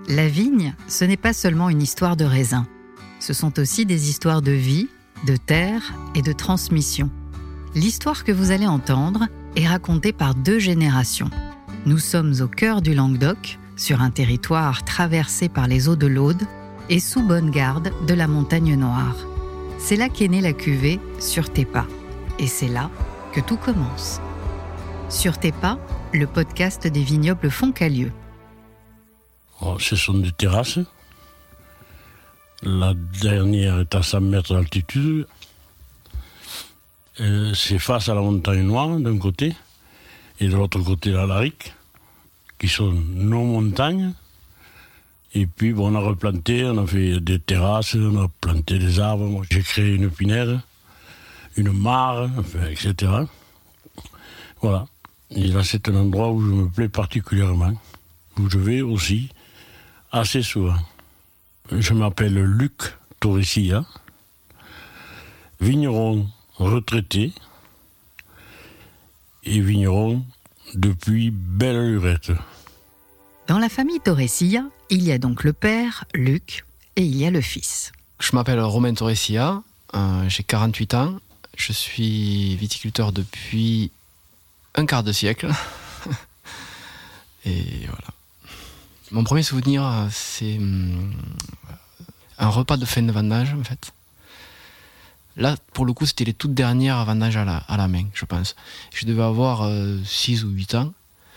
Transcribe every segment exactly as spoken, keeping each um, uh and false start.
La vigne, ce n'est pas seulement une histoire de raisin. Ce sont aussi des histoires de vie, de terre et de transmission. L'histoire que vous allez entendre est racontée par deux générations. Nous sommes au cœur du Languedoc, sur un territoire traversé par les eaux de l'Aude et sous bonne garde de la Montagne Noire. C'est là qu'est née la cuvée Sur tes pas. Et c'est là que tout commence. Sur tes pas, le podcast des vignobles Foncalieu. Oh, ce sont des terrasses. La dernière est à cent mètres d'altitude. Euh, c'est face à la Montagne Noire d'un côté et de l'autre côté la Larique, qui sont nos montagnes. Et puis bon, on a replanté, on a fait des terrasses, on a planté des arbres. Moi, j'ai créé une pinède, une mare, enfin, et cetera. Voilà. Et là, c'est un endroit où je me plais particulièrement, où je vais aussi assez souvent. Je m'appelle Luc Torrecilla, vigneron retraité et vigneron depuis belle lurette. Dans la famille Torrecilla, il y a donc le père, Luc, et il y a le fils. Je m'appelle Romain Torrecilla, euh, j'ai quarante-huit ans, je suis viticulteur depuis un quart de siècle. Et voilà. Mon premier souvenir, c'est un repas de fin de vendange, en fait. Là, pour le coup, c'était les toutes dernières vendanges à la, à la main, je pense. Je devais avoir euh, six ou huit ans.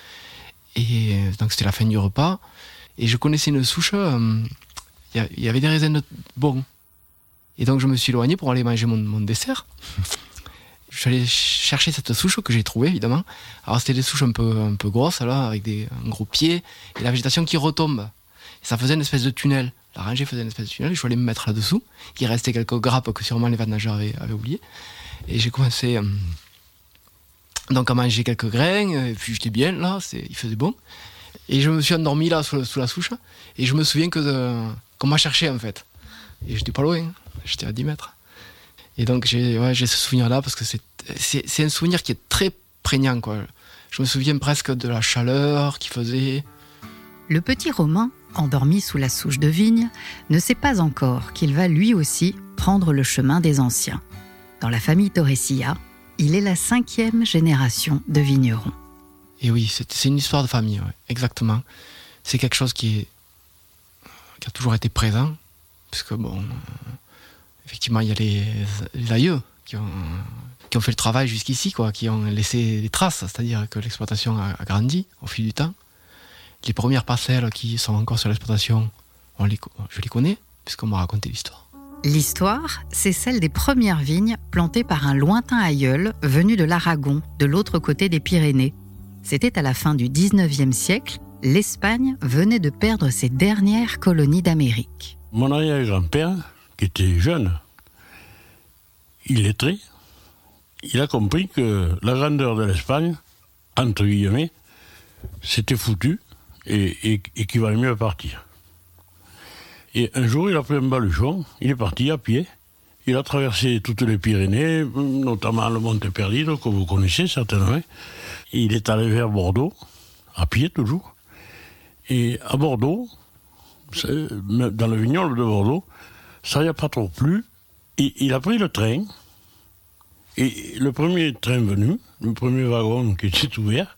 Et donc, c'était la fin du repas. Et je connaissais une souche, il euh, y, y avait des raisins de bons. Et donc, je me suis éloigné pour aller manger mon, mon dessert. Je suis allé chercher cette souche que j'ai trouvée, évidemment. Alors, c'était des souches un peu, un peu grosses, là, avec des, un gros pied, et la végétation qui retombe. Et ça faisait une espèce de tunnel. La rangée faisait une espèce de tunnel, je suis allé me mettre là-dessous. Il restait quelques grappes que sûrement les vendageurs avaient, avaient oubliées. Et j'ai commencé euh, donc à manger quelques grains, et puis j'étais bien, là, c'est, il faisait bon. Et je me suis endormi, là, sous, sous la souche, et je me souviens que de, qu'on m'a cherché, en fait. Et j'étais pas loin, j'étais à dix mètres. Et donc j'ai, ouais, j'ai ce souvenir-là, parce que c'est, c'est, c'est un souvenir qui est très prégnant, quoi. Je me souviens presque de la chaleur qu'il faisait. Le petit Romain, endormi sous la souche de vigne, ne sait pas encore qu'il va lui aussi prendre le chemin des anciens. Dans la famille Torrecilla, il est la cinquième génération de vignerons. Et oui, c'est, c'est une histoire de famille, ouais, exactement. C'est quelque chose qui, est, qui a toujours été présent, puisque bon, euh, effectivement, il y a les, les aïeux qui ont, qui ont fait le travail jusqu'ici, quoi, qui ont laissé des traces, c'est-à-dire que l'exploitation a, a grandi au fil du temps. Les premières parcelles qui sont encore sur l'exploitation, on les, je les connais, puisqu'on m'a raconté l'histoire. L'histoire, c'est celle des premières vignes plantées par un lointain aïeul venu de l'Aragon, de l'autre côté des Pyrénées. C'était à la fin du dix-neuvième siècle, l'Espagne venait de perdre ses dernières colonies d'Amérique. Mon arrière-grand-père, qui était jeune, illettré, il a compris que la grandeur de l'Espagne, entre guillemets, c'était foutu. Et, et, et qu'il valait mieux partir. Et un jour, il a pris un baluchon, il est parti à pied, il a traversé toutes les Pyrénées, notamment le Monte Perdido, que vous connaissez certainement. Et il est allé vers Bordeaux, à pied toujours. Et à Bordeaux, dans le vignoble de Bordeaux, ça n'y a pas trop plu. Et il a pris le train, et le premier train venu, le premier wagon qui était ouvert,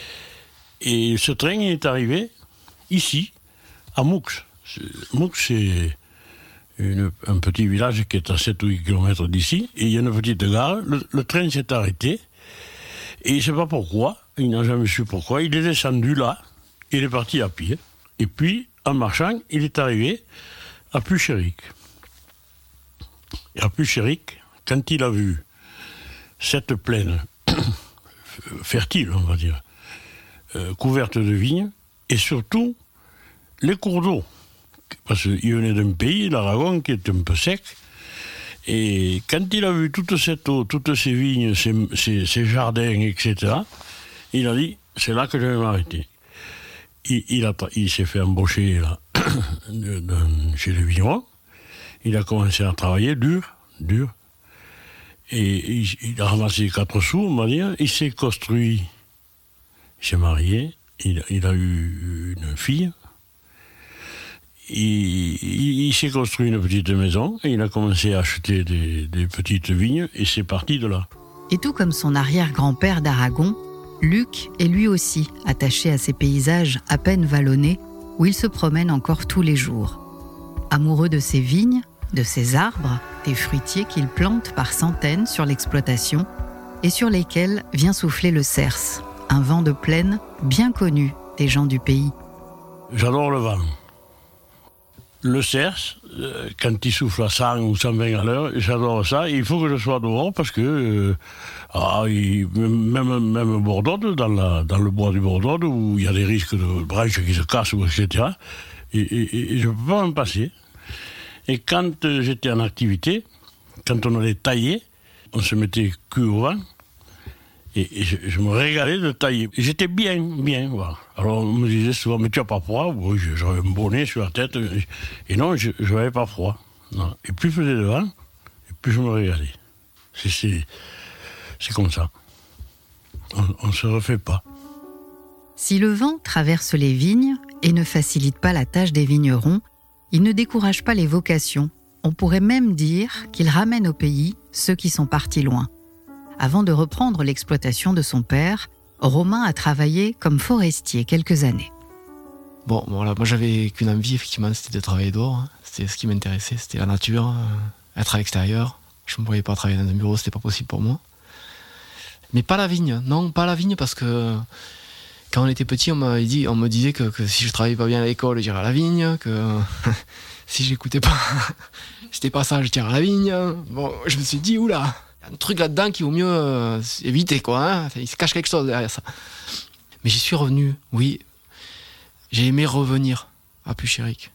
et ce train est arrivé ici, à Moux. Moux, c'est une, un petit village qui est à sept ou huit kilomètres d'ici. Et il y a une petite gare. Le, le train s'est arrêté. Et il ne sait pas pourquoi. Il n'a jamais su pourquoi. Il est descendu là. Il est parti à pied. Et puis, en marchant, il est arrivé à Puchéric. Et à Puchéric, quand il a vu cette plaine fertile, on va dire, Euh, couverte de vignes, et surtout les cours d'eau. Parce qu'il venait d'un pays, l'Aragon, qui est un peu sec, et quand il a vu toute cette eau, toutes ces vignes, ces, ces, ces jardins, et cetera, il a dit, c'est là que je vais m'arrêter. Il, il, a, il s'est fait embaucher là, de, de, chez les vignerons, il a commencé à travailler dur, dur, et il, il a ramassé quatre sous, on va dire, il s'est construit. Il s'est marié, il, il a eu une fille, il, il, il s'est construit une petite maison et il a commencé à acheter des, des petites vignes et c'est parti de là. Et tout comme son arrière-grand-père d'Aragon, Luc est lui aussi attaché à ces paysages à peine vallonnés où il se promène encore tous les jours. Amoureux de ses vignes, de ses arbres, des fruitiers qu'il plante par centaines sur l'exploitation et sur lesquels vient souffler le cerce, un vent de plaine bien connu des gens du pays. J'adore le vent. Le cerce, quand il souffle à cent ou cent vingt à l'heure, j'adore ça. Il faut que je sois dehors parce que euh, ah, il, même, même Bourdode, dans, la, dans le bois du Bourdode, où il y a des risques de branches qui se cassent, et cetera, et, et, et je ne peux pas m'en passer. Et quand euh, j'étais en activité, quand on allait tailler, on se mettait cul au vent, et, et je, je me régalais de tailler. Et j'étais bien, bien, voilà. Alors on me disait souvent, mais tu n'as pas froid? Oui, j'avais un bonnet sur la tête, et non, je n'avais pas froid. Non. Et plus je faisais de vent, et plus je me régalais. C'est, c'est, c'est comme ça. On ne se refait pas. Si le vent traverse les vignes et ne facilite pas la tâche des vignerons, il ne décourage pas les vocations. On pourrait même dire qu'il ramène au pays ceux qui sont partis loin. Avant de reprendre l'exploitation de son père, Romain a travaillé comme forestier quelques années. Bon, voilà, moi j'avais qu'une envie, effectivement, c'était de travailler dehors. Hein. C'était ce qui m'intéressait, c'était la nature, euh, être à l'extérieur. Je ne me voyais pas travailler dans un bureau, c'était pas possible pour moi. Mais pas la vigne, non, pas la vigne, parce que quand on était petit, on, m'avait dit, on me disait que, que si je travaillais pas bien à l'école, j'irais à la vigne, que si j'écoutais pas, c'était pas ça, je tirais à la vigne. Bon, je me suis dit, oula, il y a un truc là-dedans qu'il vaut mieux euh, éviter, quoi. Hein. Il se cache quelque chose derrière ça. Mais j'y suis revenu, oui. J'ai aimé revenir à Puchéric.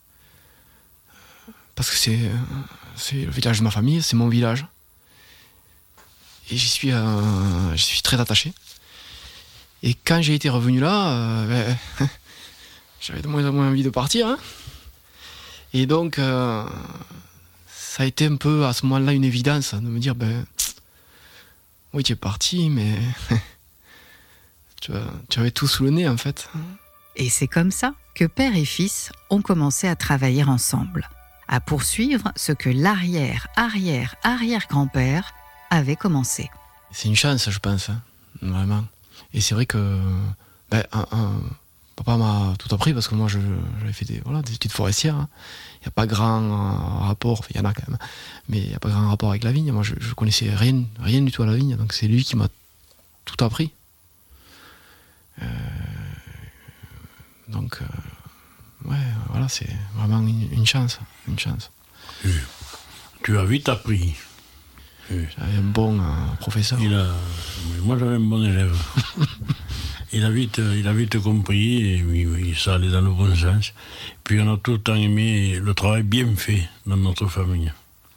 Parce que c'est, c'est le village de ma famille, c'est mon village. Et j'y suis, euh, j'y suis très attaché. Et quand j'ai été revenu là, euh, ben, j'avais de moins en moins envie de partir. Hein. Et donc, euh, ça a été un peu à ce moment-là une évidence de me dire, ben, oui, tu es parti, mais tu, tu avais tout sous le nez en fait. Et c'est comme ça que père et fils ont commencé à travailler ensemble, à poursuivre ce que l'arrière, arrière, arrière-grand-père avait commencé. C'est une chance, je pense, hein, vraiment. Et c'est vrai que ben, un, un, papa m'a tout appris parce que moi je, j'avais fait des, voilà, des études forestières. Il hein. n'y a pas grand euh, rapport, enfin il y en a quand même, mais il n'y a pas grand rapport avec la vigne. Moi je, je connaissais rien, rien du tout à la vigne, donc c'est lui qui m'a tout appris. Euh, donc euh, ouais, voilà, c'est vraiment une, une chance, une chance. Et tu as vite appris. Et j'avais un bon euh, professeur. Il a, moi j'avais un bon élève. il, a vite, il a vite compris et oui, oui, ça allait dans le bon sens. Puis on a tout le temps aimé le travail bien fait dans notre famille.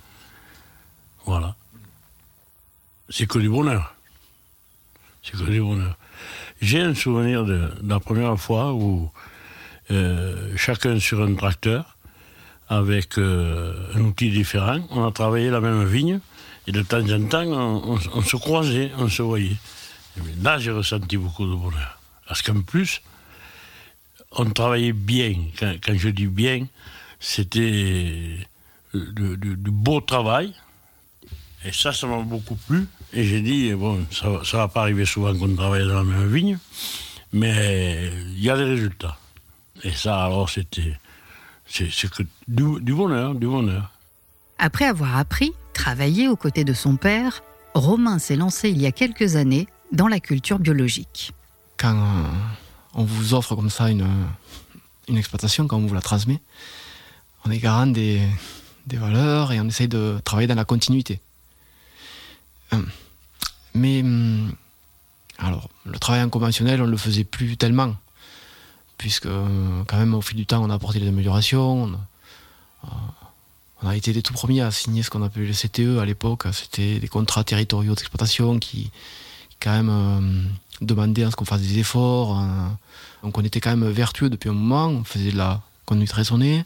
Voilà. C'est que du bonheur. C'est que du bonheur. J'ai un souvenir de, de la première fois où euh, chacun sur un tracteur, avec euh, un outil différent, on a travaillé la même vigne. Et de temps en temps, on, on, on se croisait, on se voyait. Et là, j'ai ressenti beaucoup de bonheur. Parce qu'en plus, on travaillait bien. Quand, quand je dis bien, c'était du, du, du beau travail. Et ça, ça m'a beaucoup plu. Et j'ai dit, bon, ça ne va pas arriver souvent qu'on travaille dans la même vigne, mais il y a des résultats. Et ça, alors, c'était c'est, c'est que du, du bonheur, du bonheur. Après avoir appris, travaillé aux côtés de son père, Romain s'est lancé il y a quelques années dans la culture biologique. Quand euh, on vous offre comme ça une, une exploitation, quand on vous la transmet, on est garant des, des valeurs et on essaye de travailler dans la continuité. Euh, mais alors, le travail en conventionnel, on ne le faisait plus tellement, puisque quand même au fil du temps, on a apporté des améliorations. On, euh, On a été les tout premiers à signer ce qu'on appelait le C T E à l'époque. C'était des contrats territoriaux d'exploitation qui, qui quand même euh, demandaient à ce qu'on fasse des efforts. Euh, donc on était quand même vertueux depuis un moment. On faisait de la conduite raisonnée.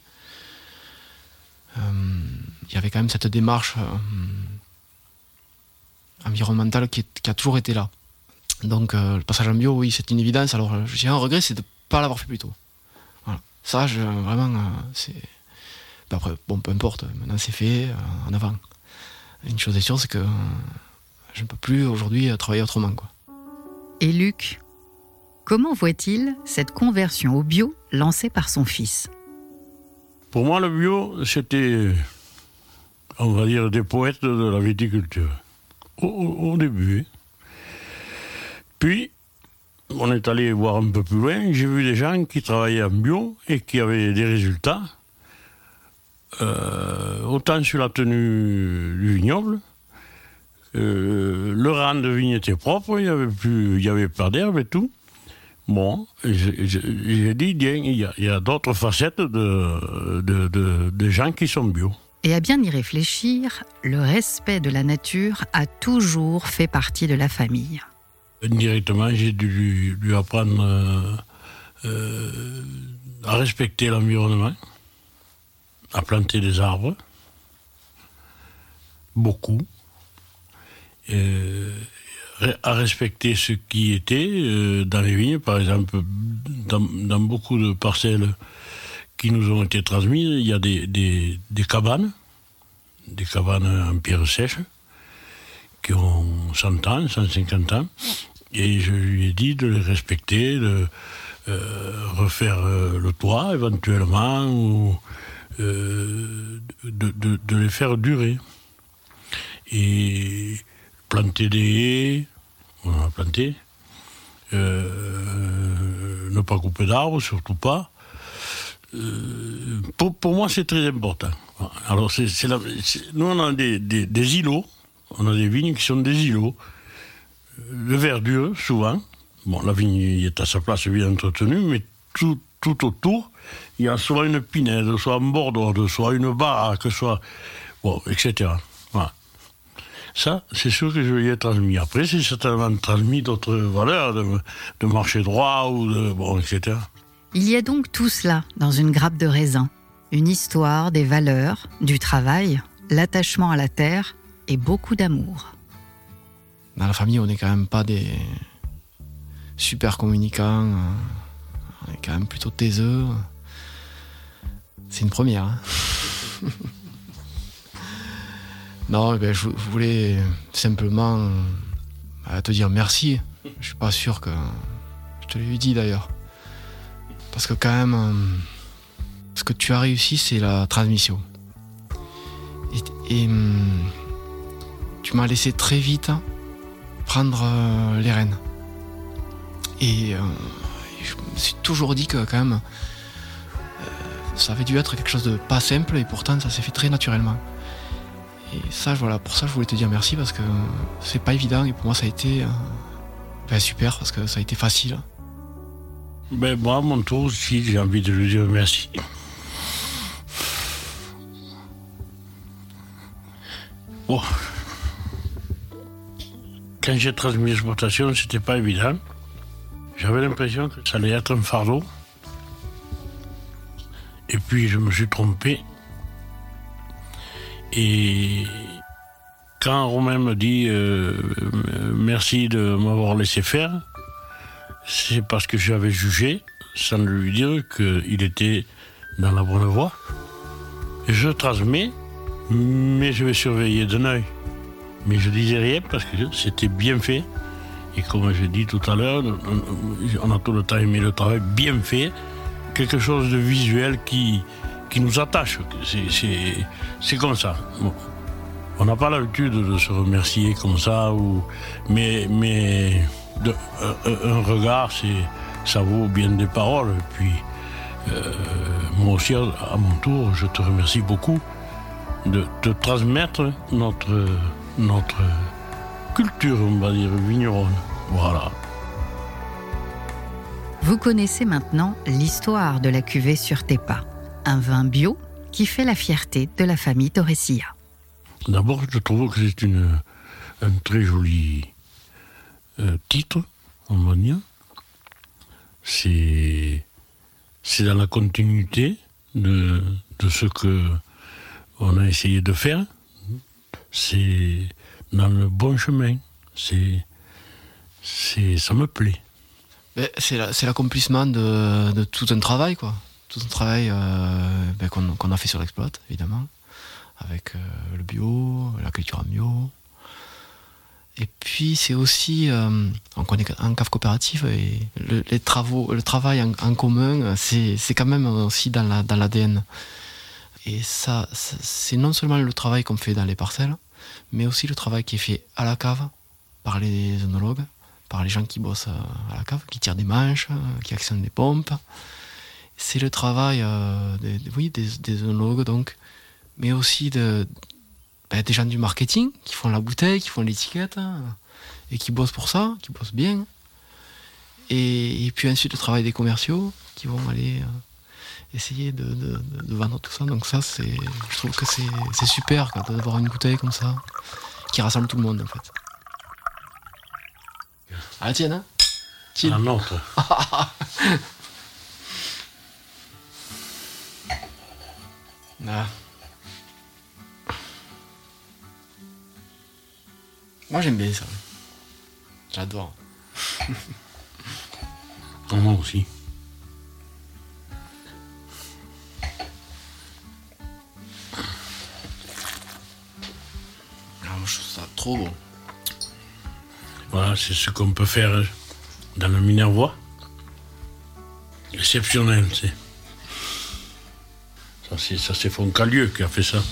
Il euh, y avait quand même cette démarche euh, environnementale qui, est, qui a toujours été là. Donc euh, le passage en bio, oui, c'est une évidence. Alors j'ai un regret, c'est de ne pas l'avoir fait plus tôt. Voilà. Ça, je, vraiment, euh, c'est... Ben après, bon, peu importe, maintenant c'est fait, euh, en avant. Une chose est sûre, c'est que euh, je ne peux plus aujourd'hui euh, travailler autrement, quoi. Et Luc, comment voit-il cette conversion au bio lancée par son fils ? Pour moi, le bio, c'était, on va dire, des poètes de la viticulture. Au, au, au début. Puis, on est allé voir un peu plus loin, j'ai vu des gens qui travaillaient en bio et qui avaient des résultats, euh, autant sur la tenue du vignoble, euh, le rang de vigne était propre, il n'y avait, plus, il y avait pas d'herbe et tout. Bon, j'ai, j'ai dit, bien, il y a, il y a d'autres facettes de, de, de, de gens qui sont bio. Et à bien y réfléchir, le respect de la nature a toujours fait partie de la famille. Indirectement, j'ai dû lui, lui apprendre euh, euh, à respecter l'environnement, à planter des arbres, beaucoup, euh, à respecter ce qui était euh, dans les vignes. Par exemple, dans, dans beaucoup de parcelles qui nous ont été transmises, il y a des, des, des cabanes, des cabanes en pierre sèche, qui ont cent ans, cent cinquante ans. Et je lui ai dit de les respecter, de euh, refaire euh, le toit éventuellement, ou euh, de, de, de les faire durer. Et planter des haies, on a planté, euh, ne pas couper d'arbres, surtout pas. Euh, pour, pour moi, c'est très important. Alors, c'est, c'est la, c'est, nous, on a des, des, des îlots, on a des vignes qui sont des îlots. Le verdure, souvent. Bon, la vigne est à sa place bien entretenue, mais tout, tout autour, il y a soit une pinède, soit un bordeaux, soit une baraque, soit... Bon, et cetera. Voilà. Ça, c'est sûr que je lui ai transmis. Après, c'est certainement transmis d'autres valeurs, de, de marcher droit, ou de... Bon, et cetera. Il y a donc tout cela dans une grappe de raisin. Une histoire, des valeurs, du travail, l'attachement à la terre et beaucoup d'amour. Dans la famille, on n'est quand même pas des super communicants. On est quand même plutôt taiseux. C'est une première. Hein. Non, ben, je voulais simplement te dire merci. Je suis pas sûr que... Je te l'ai dit d'ailleurs. Parce que quand même, ce que tu as réussi, c'est la transmission. Et, et tu m'as laissé très vite prendre euh, les rênes. Et euh, je me suis toujours dit que quand même, euh, ça avait dû être quelque chose de pas simple, et pourtant ça s'est fait très naturellement. Et ça, voilà, pour ça je voulais te dire merci, parce que c'est pas évident, et pour moi ça a été euh, ben, super, parce que ça a été facile. Ben moi, à mon tour aussi, j'ai envie de lui dire merci. Bon. Quand j'ai transmis l'exploitation, c'était pas évident. J'avais l'impression que ça allait être un fardeau. Et puis je me suis trompé. Et quand Romain me dit euh, merci de m'avoir laissé faire, c'est parce que j'avais jugé, sans lui dire qu'il était dans la bonne voie. Je transmets, mais je vais surveiller d'un œil. Mais je disais rien parce que c'était bien fait. Et comme je dit tout à l'heure, on a tout le temps aimé le travail bien fait. Quelque chose de visuel qui, qui nous attache. C'est, c'est, c'est comme ça. Bon. On n'a pas l'habitude de se remercier comme ça. Ou, mais mais de, un, un regard, c'est, ça vaut bien des paroles. Et puis, euh, moi aussi, à mon tour, je te remercie beaucoup de te transmettre notre... notre culture, on va dire, vigneronne. Voilà. Vous connaissez maintenant l'histoire de la cuvée Sur tes pas, un vin bio qui fait la fierté de la famille Torrecilla. D'abord, je trouve que c'est une, un très joli euh, titre, on va dire. C'est, c'est dans la continuité de, de ce que on a essayé de faire. C'est dans le bon chemin. C'est, c'est, ça me plaît. Mais c'est, la, c'est l'accomplissement de, de tout un travail, quoi. tout un travail euh, ben, qu'on, qu'on a fait sur l'exploit, évidemment, avec euh, le bio, la culture en bio. Et puis c'est aussi, euh, on est en cave coopérative et le, les travaux, le travail en, en commun, c'est, c'est quand même aussi dans, la, dans l'A D N. Et ça, c'est non seulement le travail qu'on fait dans les parcelles, mais aussi le travail qui est fait à la cave par les œnologues, par les gens qui bossent à la cave, qui tirent des manches, qui actionnent des pompes. C'est le travail euh, des, oui, des, des œnologues, donc, mais aussi de, ben, des gens du marketing qui font la bouteille, qui font l'étiquette, et qui bossent pour ça, qui bossent bien. Et, et puis ensuite le travail des commerciaux qui vont aller euh, essayer de, de, de, de vendre tout ça. Donc ça, c'est, je trouve que c'est, c'est super quoi, d'avoir une bouteille comme ça, qui rassemble tout le monde en fait. Ah la tienne, hein La nôtre. Ah. Moi j'aime bien ça. J'adore. Moi aussi. Ah, moi je trouve ça trop bon. Voilà, c'est ce qu'on peut faire dans le Minervois. Exceptionnel, c'est. Ça, c'est, ça, c'est Foncalieu qui a fait ça.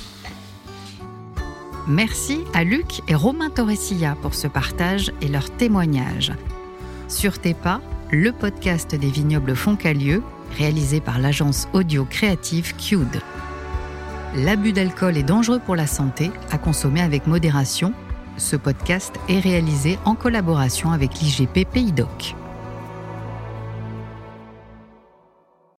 Merci à Luc et Romain Torresilla pour ce partage et leur témoignage. Sur tes pas, le podcast des vignobles Foncalieu, réalisé par l'agence audio créative Q U D. L'abus d'alcool est dangereux pour la santé, à consommer avec modération. Ce podcast est réalisé en collaboration avec l'I G P Pays d'Oc.